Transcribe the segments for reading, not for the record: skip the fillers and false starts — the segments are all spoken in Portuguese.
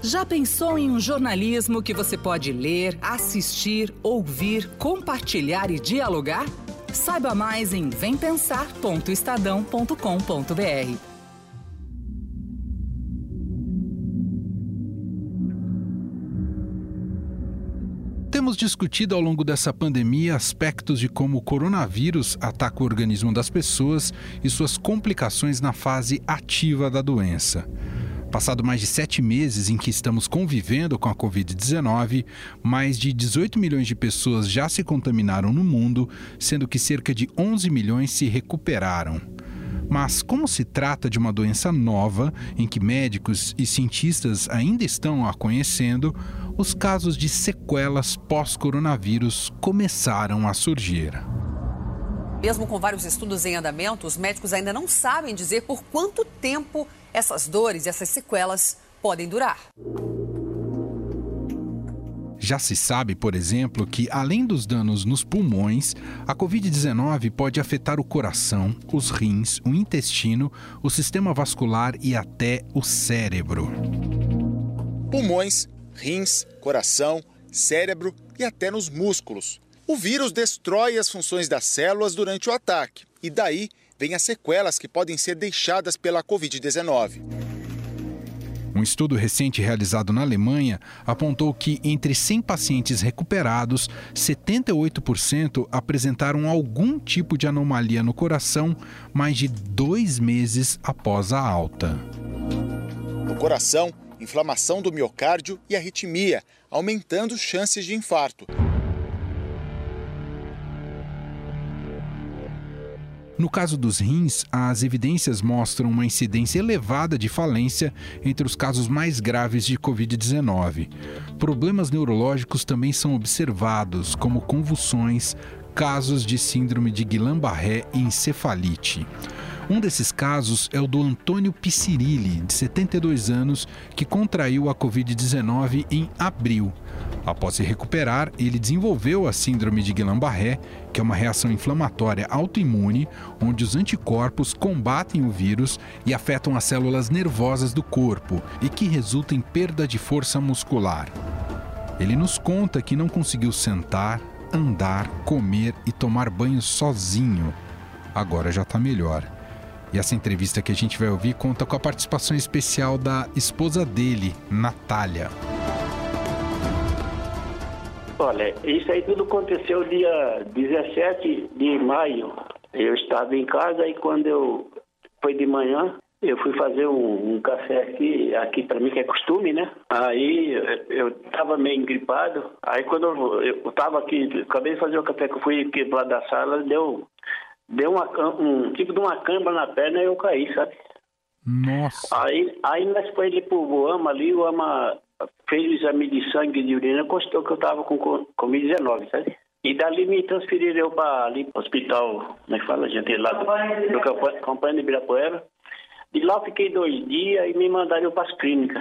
Já pensou em um jornalismo que você pode ler, assistir, ouvir, compartilhar e dialogar? Saiba mais em vempensar.estadão.com.br. Temos discutido ao longo dessa pandemia aspectos de como o coronavírus ataca o organismo das pessoas e suas complicações na fase ativa da doença. Passado mais de 7 meses em que estamos convivendo com a Covid-19, mais de 18 milhões de pessoas já se contaminaram no mundo, sendo que cerca de 11 milhões se recuperaram. Mas como se trata de uma doença nova, em que médicos e cientistas ainda estão a conhecendo, os casos de sequelas pós-coronavírus começaram a surgir. Mesmo com vários estudos em andamento, os médicos ainda não sabem dizer por quanto tempo essas dores e essas sequelas podem durar. Já se sabe, por exemplo, que além dos danos nos pulmões, a Covid-19 pode afetar o coração, os rins, o intestino, o sistema vascular e até o cérebro. Pulmões, rins, coração, cérebro e até nos músculos. O vírus destrói as funções das células durante o ataque e daí vem as sequelas que podem ser deixadas pela Covid-19. Um estudo recente realizado na Alemanha apontou que entre 100 pacientes recuperados, 78% apresentaram algum tipo de anomalia no coração mais de 2 meses após a alta. No coração, inflamação do miocárdio e arritmia, aumentando chances de infarto. No caso dos rins, as evidências mostram uma incidência elevada de falência entre os casos mais graves de Covid-19. Problemas neurológicos também são observados, como convulsões, casos de síndrome de Guillain-Barré e encefalite. Um desses casos é o do Antônio Picirilli, de 72 anos, que contraiu a Covid-19 em abril. Após se recuperar, ele desenvolveu a síndrome de Guillain-Barré, que é uma reação inflamatória autoimune, onde os anticorpos combatem o vírus e afetam as células nervosas do corpo e que resulta em perda de força muscular. Ele nos conta que não conseguiu sentar, andar, comer e tomar banho sozinho. Agora já está melhor. E essa entrevista que a gente vai ouvir conta com a participação especial da esposa dele, Natália. Olha, isso aí tudo aconteceu dia 17 de maio. Eu estava em casa e quando foi de manhã, eu fui fazer um café aqui para mim, que é costume, né? Aí eu estava meio engripado. Aí quando eu estava aqui, acabei de fazer o café, que eu fui aqui do lado da sala, deu um tipo de uma câimbra na perna e eu caí, sabe? Nossa! Aí nós foi ali pro AMA ali, o AMA fez o exame de sangue e de urina, constou que eu estava com Covid-19, sabe? E dali me transferiram para ali pro hospital, como é que fala, gente? Lá do Campanha de Ibirapuera. E lá eu fiquei 2 dias e me mandaram para as clínicas.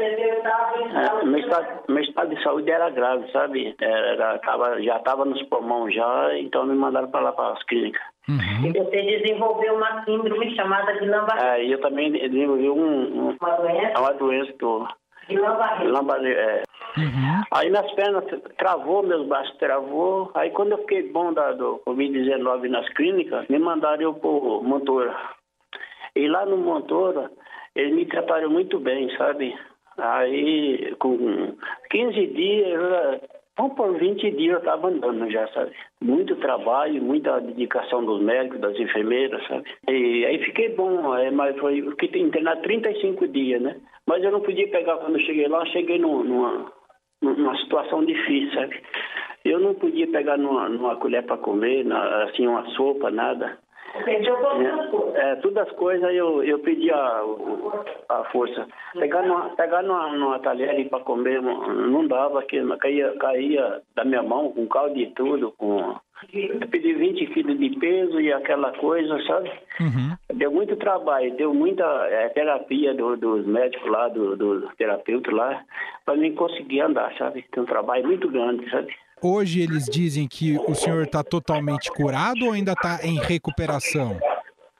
Meu estado de saúde era grave, sabe? Já estava nos pulmões já, então me mandaram para lá para as clínicas. Uhum. E você desenvolveu uma síndrome chamada Guillain-Barré. Eu também desenvolvi uma doença do Guillain-Barré. Uhum. Aí nas pernas travou, meus braços travou. Aí quando eu fiquei bom do Covid-19 nas clínicas, me mandaram eu pro Montoura. E lá no Montoura, eles me trataram muito bem, sabe? Aí com 15 dias, vamos por 20 dias eu estava andando já, sabe? Muito trabalho, muita dedicação dos médicos, das enfermeiras, sabe? E aí fiquei bom, mas fiquei internado 35 dias, né? Mas eu não podia pegar, quando eu cheguei lá, cheguei numa situação difícil, sabe? Eu não podia pegar numa colher para comer, assim, uma sopa, nada. Todas as coisas eu pedi a força. Pegar numa talher para comer não dava, que caía da minha mão com caldo e tudo. Eu pedi 20 quilos de peso e aquela coisa, sabe? Uhum. Deu muito trabalho, deu muita terapia dos médicos lá, do terapeuta lá, para mim conseguir andar, sabe? Tem um trabalho muito grande, sabe? Hoje eles dizem que o senhor está totalmente curado ou ainda está em recuperação?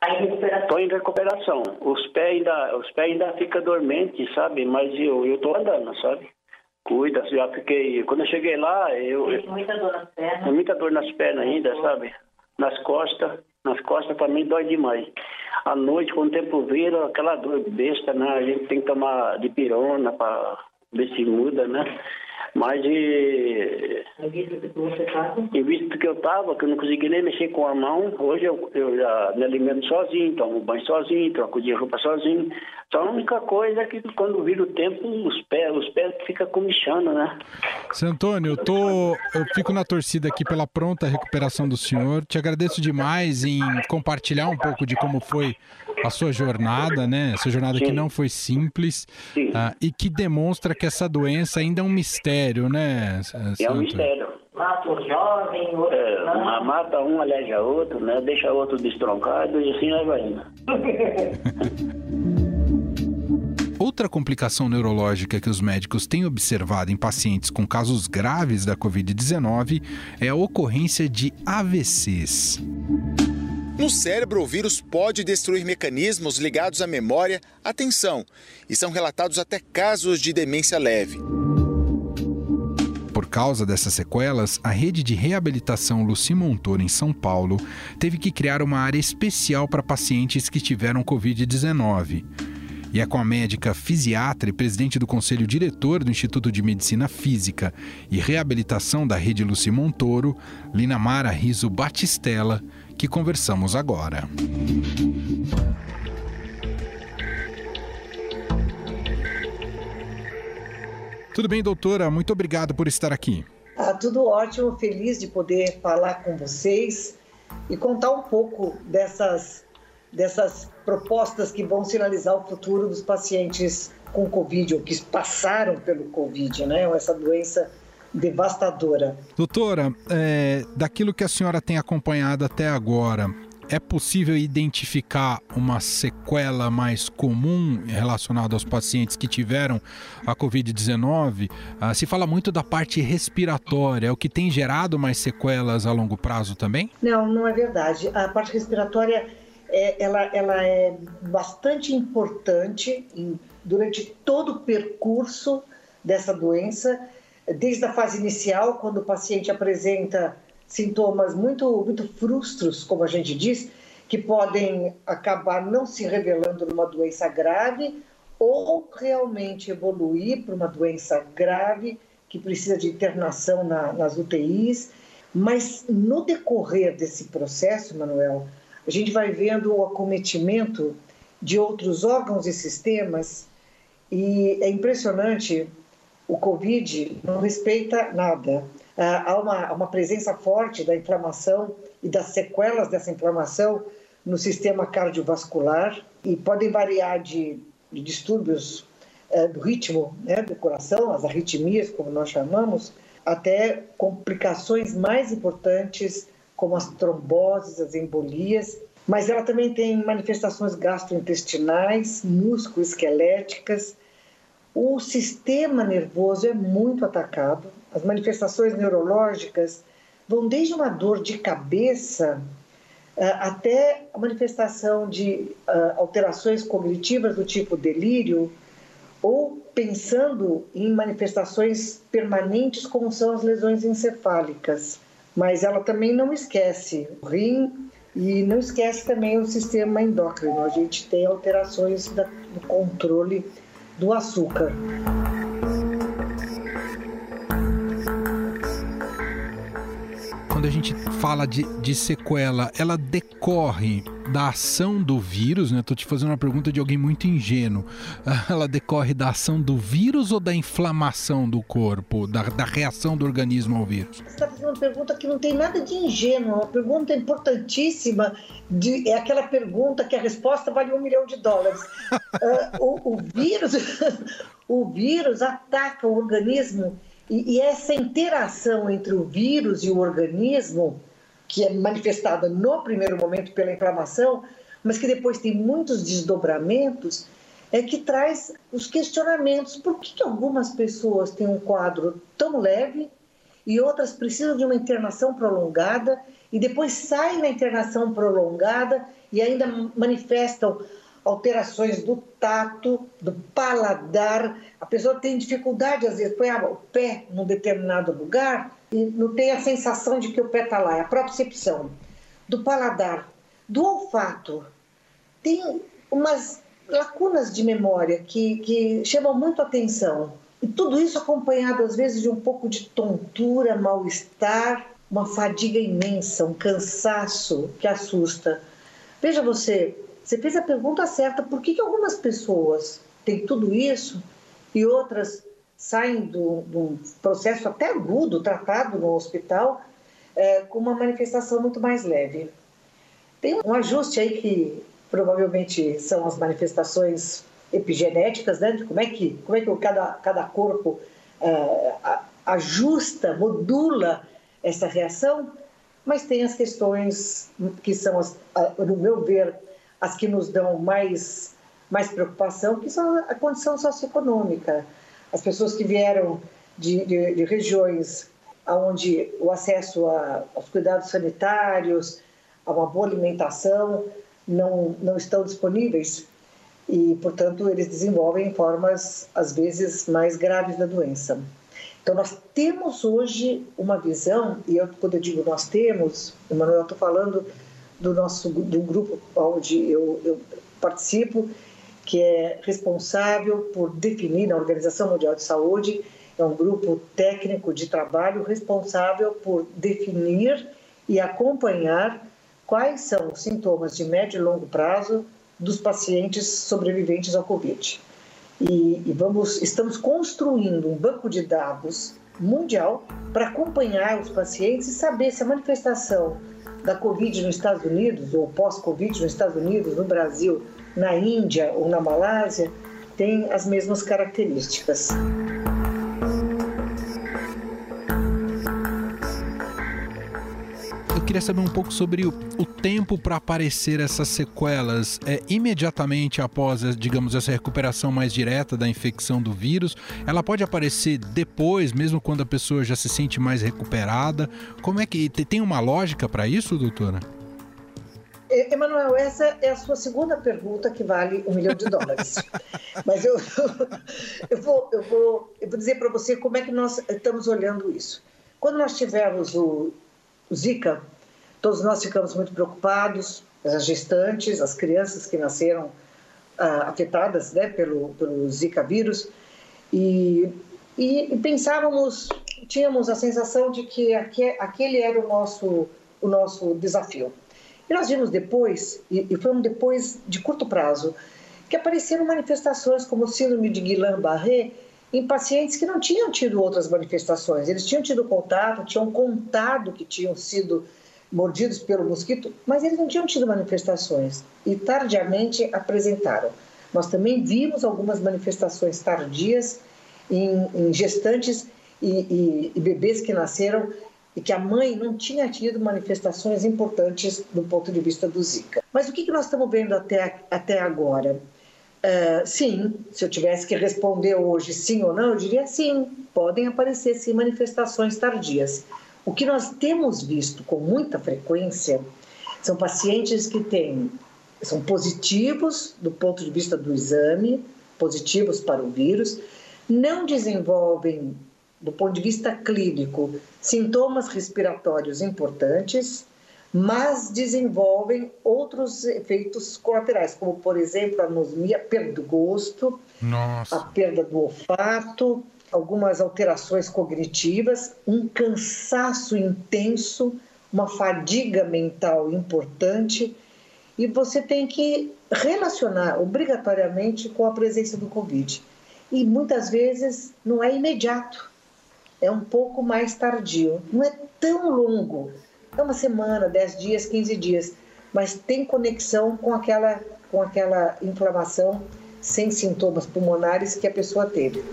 Estou em recuperação. Os pés ainda ficam dormentes, sabe? Mas eu tô andando, sabe? Cuida, já fiquei... Quando eu cheguei lá, Tem muita dor nas pernas. Tem muita dor nas pernas ainda, sabe? Nas costas para mim dói demais. À noite, quando o tempo vira, aquela dor besta, né? A gente tem que tomar dipirona para ver se muda, né? Mas Em vista do que você estava? em vista do que eu estava, que eu não consegui nem mexer com a mão, hoje eu já me alimento sozinho, tomo banho sozinho, troco de roupa sozinho. Só a única coisa é que quando vira o tempo, os pés ficam comichando, né? Seu Antônio, eu fico na torcida aqui pela pronta recuperação do senhor. Te agradeço demais em compartilhar um pouco de como foi a sua jornada, né? Essa jornada que não foi simples e que demonstra que essa doença ainda é um mistério, né? É um mistério. Mata um jovem, outro não. Mata um, aleja outro, né? Deixa outro destroncado e assim vai indo. Outra complicação neurológica que os médicos têm observado em pacientes com casos graves da Covid-19 é a ocorrência de AVCs. No cérebro, o vírus pode destruir mecanismos ligados à memória, atenção, e são relatados até casos de demência leve. Por causa dessas sequelas, a rede de reabilitação Luci Montoro, em São Paulo, teve que criar uma área especial para pacientes que tiveram Covid-19. E é com a médica fisiatra e presidente do Conselho Diretor do Instituto de Medicina Física e Reabilitação da Rede Luci Montoro, Linamara Riso Batistella, que conversamos agora. Tudo bem, doutora? Muito obrigado por estar aqui. Tudo ótimo, feliz de poder falar com vocês e contar um pouco dessas propostas que vão sinalizar o futuro dos pacientes com Covid, ou que passaram pelo Covid, né? Essa doença devastadora. Doutora, daquilo que a senhora tem acompanhado até agora, é possível identificar uma sequela mais comum relacionada aos pacientes que tiveram a Covid-19? Se fala muito da parte respiratória, é o que tem gerado mais sequelas a longo prazo também? Não é verdade. A parte respiratória ela é bastante importante durante todo o percurso dessa doença, desde a fase inicial, quando o paciente apresenta sintomas muito, muito frustros, como a gente diz, que podem acabar não se revelando numa doença grave ou realmente evoluir para uma doença grave que precisa de internação nas UTIs. Mas no decorrer desse processo, Manuel, a gente vai vendo o acometimento de outros órgãos e sistemas e é impressionante, o Covid não respeita nada. Há uma presença forte da inflamação e das sequelas dessa inflamação no sistema cardiovascular e podem variar de distúrbios do ritmo, né, do coração, as arritmias, como nós chamamos, até complicações mais importantes como as tromboses, as embolias, mas ela também tem manifestações gastrointestinais, musculoesqueléticas. O sistema nervoso é muito atacado, as manifestações neurológicas vão desde uma dor de cabeça até a manifestação de alterações cognitivas do tipo delírio, ou pensando em manifestações permanentes como são as lesões encefálicas. Mas ela também não esquece o rim e não esquece também o sistema endócrino. A gente tem alterações do controle do açúcar. Quando a gente fala de sequela, ela decorre da ação do vírus, né? Estou te fazendo uma pergunta de alguém muito ingênuo. Ela decorre da ação do vírus ou da inflamação do corpo, da reação do organismo ao vírus? Você está fazendo uma pergunta que não tem nada de ingênuo, é uma pergunta importantíssima, é aquela pergunta que a resposta vale $1 milhão. O vírus ataca o organismo. E essa interação entre o vírus e o organismo, que é manifestada no primeiro momento pela inflamação, mas que depois tem muitos desdobramentos, é que traz os questionamentos. Por que algumas pessoas têm um quadro tão leve e outras precisam de uma internação prolongada e depois saem na internação prolongada e ainda manifestam alterações do tato, do paladar. A pessoa tem dificuldade, às vezes, põe o pé num determinado lugar e não tem a sensação de que o pé está lá, é a propriocepção. Do paladar, do olfato. Tem umas lacunas de memória que chamam muito a atenção. E tudo isso acompanhado, às vezes, de um pouco de tontura, mal-estar, uma fadiga imensa, um cansaço que assusta. Veja você fez a pergunta certa, por que algumas pessoas têm tudo isso e outras saem de um processo até agudo, tratado no hospital, com uma manifestação muito mais leve? Tem um ajuste aí que provavelmente são as manifestações epigenéticas, né? De como é que cada corpo ajusta, modula essa reação, mas tem as questões que são, no meu ver, as que nos dão mais preocupação, que são a condição socioeconômica. As pessoas que vieram de regiões onde o acesso aos cuidados sanitários, a uma boa alimentação, não estão disponíveis e, portanto, eles desenvolvem formas, às vezes, mais graves da doença. Então, nós temos hoje uma visão, e quando eu digo nós temos, Emanuel, eu estou falando do grupo onde eu participo, que é responsável por definir, na Organização Mundial de Saúde, é um grupo técnico de trabalho responsável por definir e acompanhar quais são os sintomas de médio e longo prazo dos pacientes sobreviventes ao Covid. Estamos construindo um banco de dados mundial para acompanhar os pacientes e saber se a manifestação da Covid nos Estados Unidos, ou pós-Covid nos Estados Unidos, no Brasil, na Índia ou na Malásia, tem as mesmas características. Eu queria saber um pouco sobre o tempo para aparecer essas sequelas. Imediatamente após, digamos, essa recuperação mais direta da infecção do vírus, ela pode aparecer depois, mesmo quando a pessoa já se sente mais recuperada? Como é que tem uma lógica para isso, doutora? Emanuel, essa é a sua segunda pergunta que vale $1 milhão. Mas eu vou dizer para você como é que nós estamos olhando isso. Quando nós tivemos o Zika, todos nós ficamos muito preocupados, as gestantes, as crianças que nasceram afetadas, né, pelo Zika vírus, e pensávamos, tínhamos a sensação de que aquele era o nosso desafio. E nós vimos depois, e foi um depois de curto prazo, que apareceram manifestações como síndrome de Guillain-Barré em pacientes que não tinham tido outras manifestações. Eles tinham tido contato, tinham contado que tinham sido mordidos pelo mosquito, mas eles não tinham tido manifestações e tardiamente apresentaram. Nós também vimos algumas manifestações tardias em gestantes e bebês que nasceram e que a mãe não tinha tido manifestações importantes do ponto de vista do Zika. Mas o que nós estamos vendo até agora? Sim, se eu tivesse que responder hoje sim ou não, eu diria sim, podem aparecer sim manifestações tardias. O que nós temos visto com muita frequência são pacientes que são positivos do ponto de vista do exame, positivos para o vírus, não desenvolvem, do ponto de vista clínico, sintomas respiratórios importantes, mas desenvolvem outros efeitos colaterais, como, por exemplo, a anosmia, a perda do gosto, a perda do olfato, algumas alterações cognitivas, um cansaço intenso, uma fadiga mental importante, e você tem que relacionar obrigatoriamente com a presença do Covid. E muitas vezes não é imediato, é um pouco mais tardio, não é tão longo. É uma semana, 10 dias, 15 dias, mas tem conexão com aquela inflamação sem sintomas pulmonares que a pessoa teve.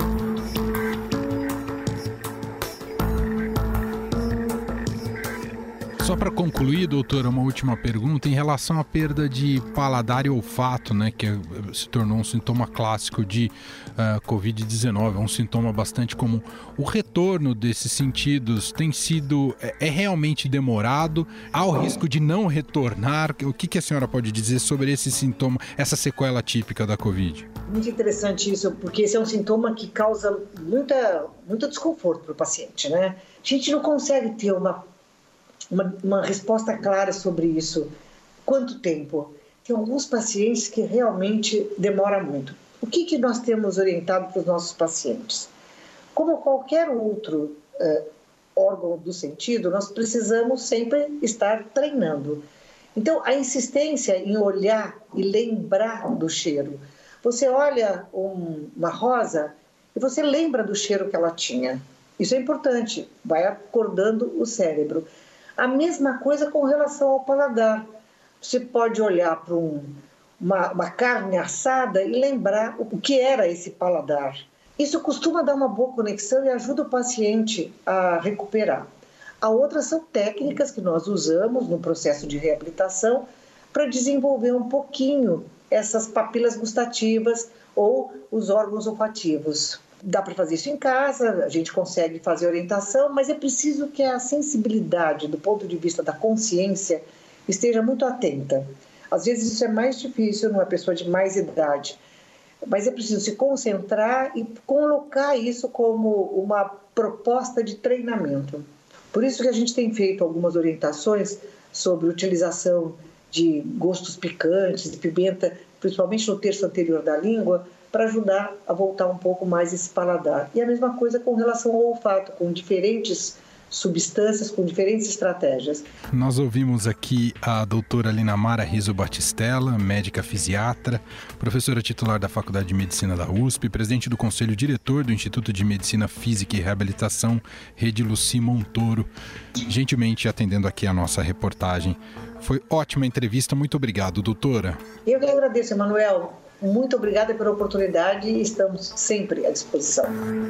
Só para concluir, doutora, uma última pergunta em relação à perda de paladar e olfato, né, que se tornou um sintoma clássico de Covid-19, é um sintoma bastante comum. O retorno desses sentidos tem sido, é realmente demorado? Há o risco de não retornar? O que a senhora pode dizer sobre esse sintoma, essa sequela típica da Covid? Muito interessante isso, porque esse é um sintoma que causa muito desconforto para o paciente, né? A gente não consegue ter uma resposta clara sobre isso. Quanto tempo? Tem alguns pacientes que realmente demora muito. O que nós temos orientado para os nossos pacientes? Como qualquer outro órgão do sentido, nós precisamos sempre estar treinando. Então, a insistência em olhar e lembrar do cheiro. Você olha uma rosa e você lembra do cheiro que ela tinha. Isso é importante, vai acordando o cérebro. A mesma coisa com relação ao paladar. Você pode olhar para uma carne assada e lembrar o que era esse paladar. Isso costuma dar uma boa conexão e ajuda o paciente a recuperar. A outras são técnicas que nós usamos no processo de reabilitação para desenvolver um pouquinho essas papilas gustativas ou os órgãos olfativos. Dá para fazer isso em casa, a gente consegue fazer orientação, mas é preciso que a sensibilidade, do ponto de vista da consciência, esteja muito atenta. Às vezes isso é mais difícil numa pessoa de mais idade, mas é preciso se concentrar e colocar isso como uma proposta de treinamento. Por isso que a gente tem feito algumas orientações sobre utilização de gostos picantes, de pimenta, principalmente no terço anterior da língua, para ajudar a voltar um pouco mais esse paladar. E a mesma coisa com relação ao olfato, com diferentes substâncias, com diferentes estratégias. Nós ouvimos aqui a doutora Linamara Rizzo Battistella, médica fisiatra, professora titular da Faculdade de Medicina da USP, presidente do Conselho Diretor do Instituto de Medicina Física e Reabilitação, Rede Luci Montoro, gentilmente atendendo aqui a nossa reportagem. Foi ótima entrevista, muito obrigado, doutora. Eu que agradeço, Emanuel. Muito obrigada pela oportunidade e estamos sempre à disposição.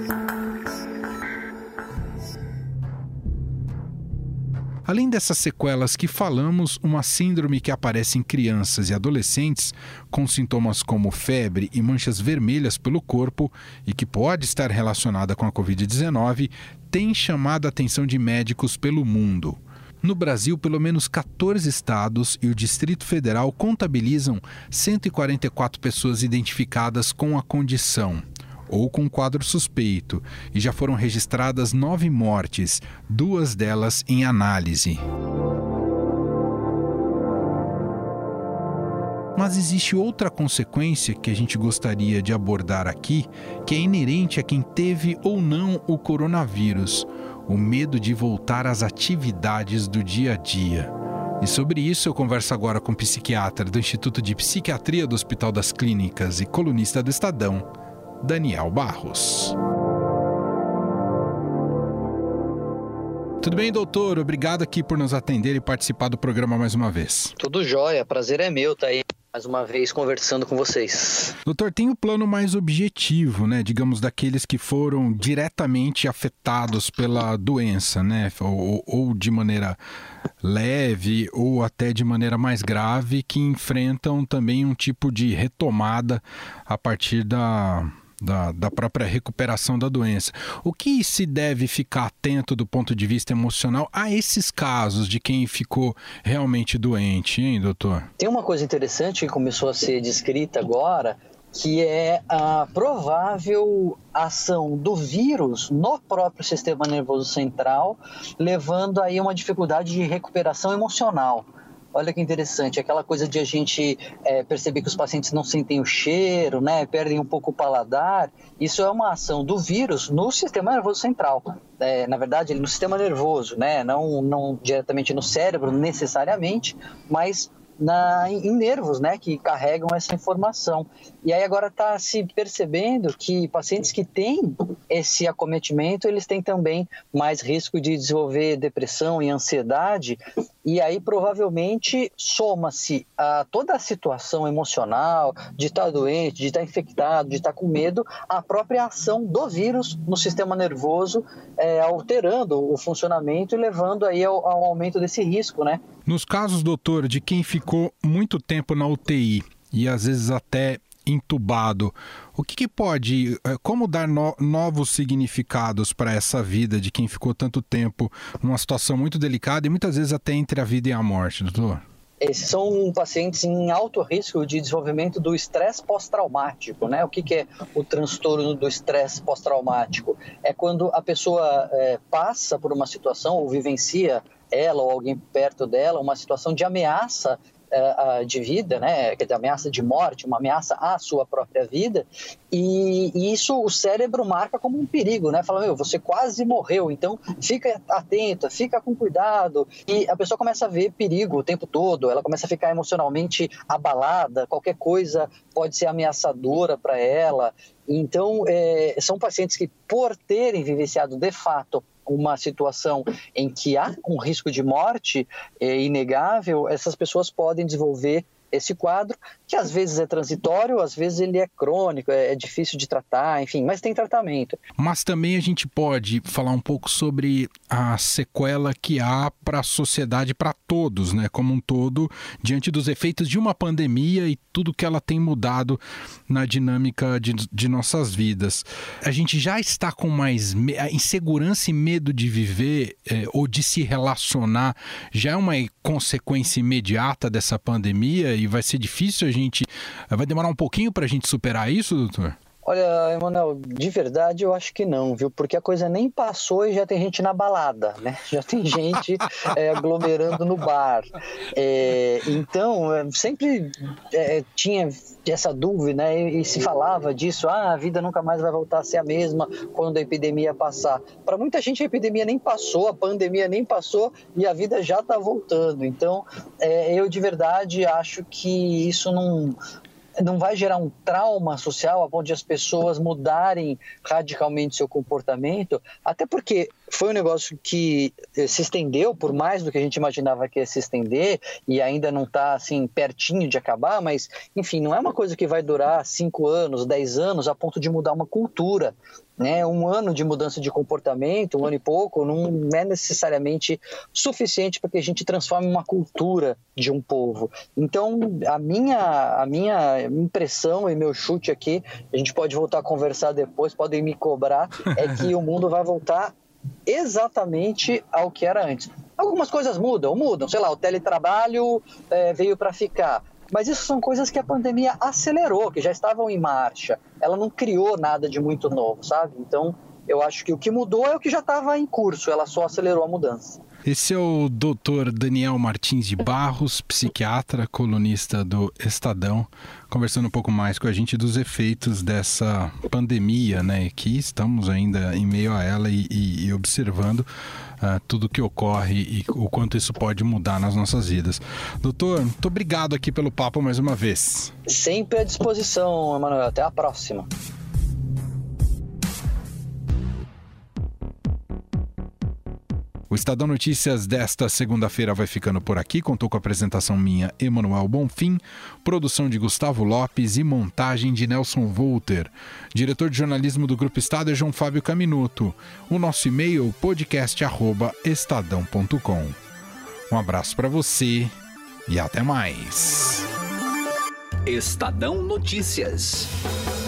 Além dessas sequelas que falamos, uma síndrome que aparece em crianças e adolescentes com sintomas como febre e manchas vermelhas pelo corpo e que pode estar relacionada com a Covid-19, tem chamado a atenção de médicos pelo mundo. No Brasil, pelo menos 14 estados e o Distrito Federal contabilizam 144 pessoas identificadas com a condição ou com quadro suspeito, e já foram registradas 9 mortes, 2 delas em análise. Mas existe outra consequência que a gente gostaria de abordar aqui, que é inerente a quem teve ou não o coronavírus: o medo de voltar às atividades do dia a dia. E sobre isso eu converso agora com o psiquiatra do Instituto de Psiquiatria do Hospital das Clínicas e colunista do Estadão, Daniel Barros. Tudo bem, doutor? Obrigado aqui por nos atender e participar do programa mais uma vez. Tudo jóia, prazer é meu estar aí mais uma vez conversando com vocês. Doutor, tem um plano mais objetivo, né? Digamos, daqueles que foram diretamente afetados pela doença, né? Ou de maneira leve ou até de maneira mais grave, que enfrentam também um tipo de retomada a partir da própria recuperação da doença. O que se deve ficar atento do ponto de vista emocional a esses casos de quem ficou realmente doente, hein, doutor? Tem uma coisa interessante que começou a ser descrita agora, que é a provável ação do vírus no próprio sistema nervoso central, levando aí uma dificuldade de recuperação emocional. Olha que interessante, aquela coisa de a gente perceber que os pacientes não sentem o cheiro, né, perdem um pouco o paladar. Isso é uma ação do vírus no sistema nervoso central. Na verdade, no sistema nervoso, né, não diretamente no cérebro necessariamente, mas em nervos, né, que carregam essa informação. E aí agora está se percebendo que pacientes que têm esse acometimento, eles têm também mais risco de desenvolver depressão e ansiedade, E aí, provavelmente, soma-se a toda a situação emocional de estar doente, de estar infectado, de estar com medo, a própria ação do vírus no sistema nervoso, alterando o funcionamento e levando aí ao aumento desse risco, né? Nos casos, doutor, de quem ficou muito tempo na UTI e às vezes até entubado, o que pode, como dar novos significados para essa vida de quem ficou tanto tempo numa situação muito delicada e muitas vezes até entre a vida e a morte, doutor? Esses são pacientes em alto risco de desenvolvimento do estresse pós-traumático, né? O que é o transtorno do estresse pós-traumático? É quando a pessoa passa por uma situação ou vivencia ela ou alguém perto dela, uma situação de ameaça de vida, né? Quer dizer, ameaça de morte, uma ameaça à sua própria vida, e isso o cérebro marca como um perigo, né? Fala, você quase morreu, então fica atenta, fica com cuidado, e a pessoa começa a ver perigo o tempo todo, ela começa a ficar emocionalmente abalada, qualquer coisa pode ser ameaçadora para ela. Então, são pacientes que, por terem vivenciado de fato uma situação em que há um risco de morte inegável, essas pessoas podem desenvolver esse quadro, que às vezes é transitório, às vezes ele é crônico, é difícil de tratar, enfim, mas tem tratamento. Mas também a gente pode falar um pouco sobre a sequela que há para a sociedade, para todos, né, como um todo, diante dos efeitos de uma pandemia e tudo que ela tem mudado na dinâmica de nossas vidas. A gente já está com mais insegurança e medo de viver ou de se relacionar, já é uma consequência imediata dessa pandemia e vai ser difícil vai demorar um pouquinho para a gente superar isso, doutor? Olha, Emanuel, de verdade eu acho que não, viu? Porque a coisa nem passou e já tem gente na balada, né? Já tem gente aglomerando no bar. Então, sempre tinha essa dúvida, né? E se falava disso, a vida nunca mais vai voltar a ser a mesma quando a epidemia passar. Para muita gente a epidemia nem passou, a pandemia nem passou e a vida já está voltando. Então, eu de verdade acho que isso não vai gerar um trauma social a ponto de as pessoas mudarem radicalmente seu comportamento, até porque foi um negócio que se estendeu por mais do que a gente imaginava que ia se estender e ainda não está assim pertinho de acabar, mas enfim, não é uma coisa que vai durar 5 anos, 10 anos a ponto de mudar uma cultura, né? 1 ano de mudança de comportamento, 1 ano e pouco, não é necessariamente suficiente para que a gente transforme uma cultura de um povo. Então, a minha impressão e meu chute aqui, a gente pode voltar a conversar depois, podem me cobrar, é que o mundo vai voltar exatamente ao que era antes. Algumas coisas mudam, sei lá, o teletrabalho veio para ficar. Mas isso são coisas que a pandemia acelerou, que já estavam em marcha. Ela não criou nada de muito novo, sabe? Então, eu acho que o que mudou é o que já estava em curso, ela só acelerou a mudança. Esse é o Dr. Daniel Martins de Barros, psiquiatra, colunista do Estadão, conversando um pouco mais com a gente dos efeitos dessa pandemia, né? Que estamos ainda em meio a ela e observando tudo que ocorre e o quanto isso pode mudar nas nossas vidas. Doutor, muito obrigado aqui pelo papo mais uma vez. Sempre à disposição, Emanuel. Até a próxima. O Estadão Notícias desta segunda-feira vai ficando por aqui. Contou com a apresentação minha, Emanuel Bonfim, produção de Gustavo Lopes e montagem de Nelson Volter. Diretor de jornalismo do Grupo Estado é João Fábio Caminuto. O nosso e-mail, podcast@estadão.com. Um abraço para você e até mais. Estadão Notícias.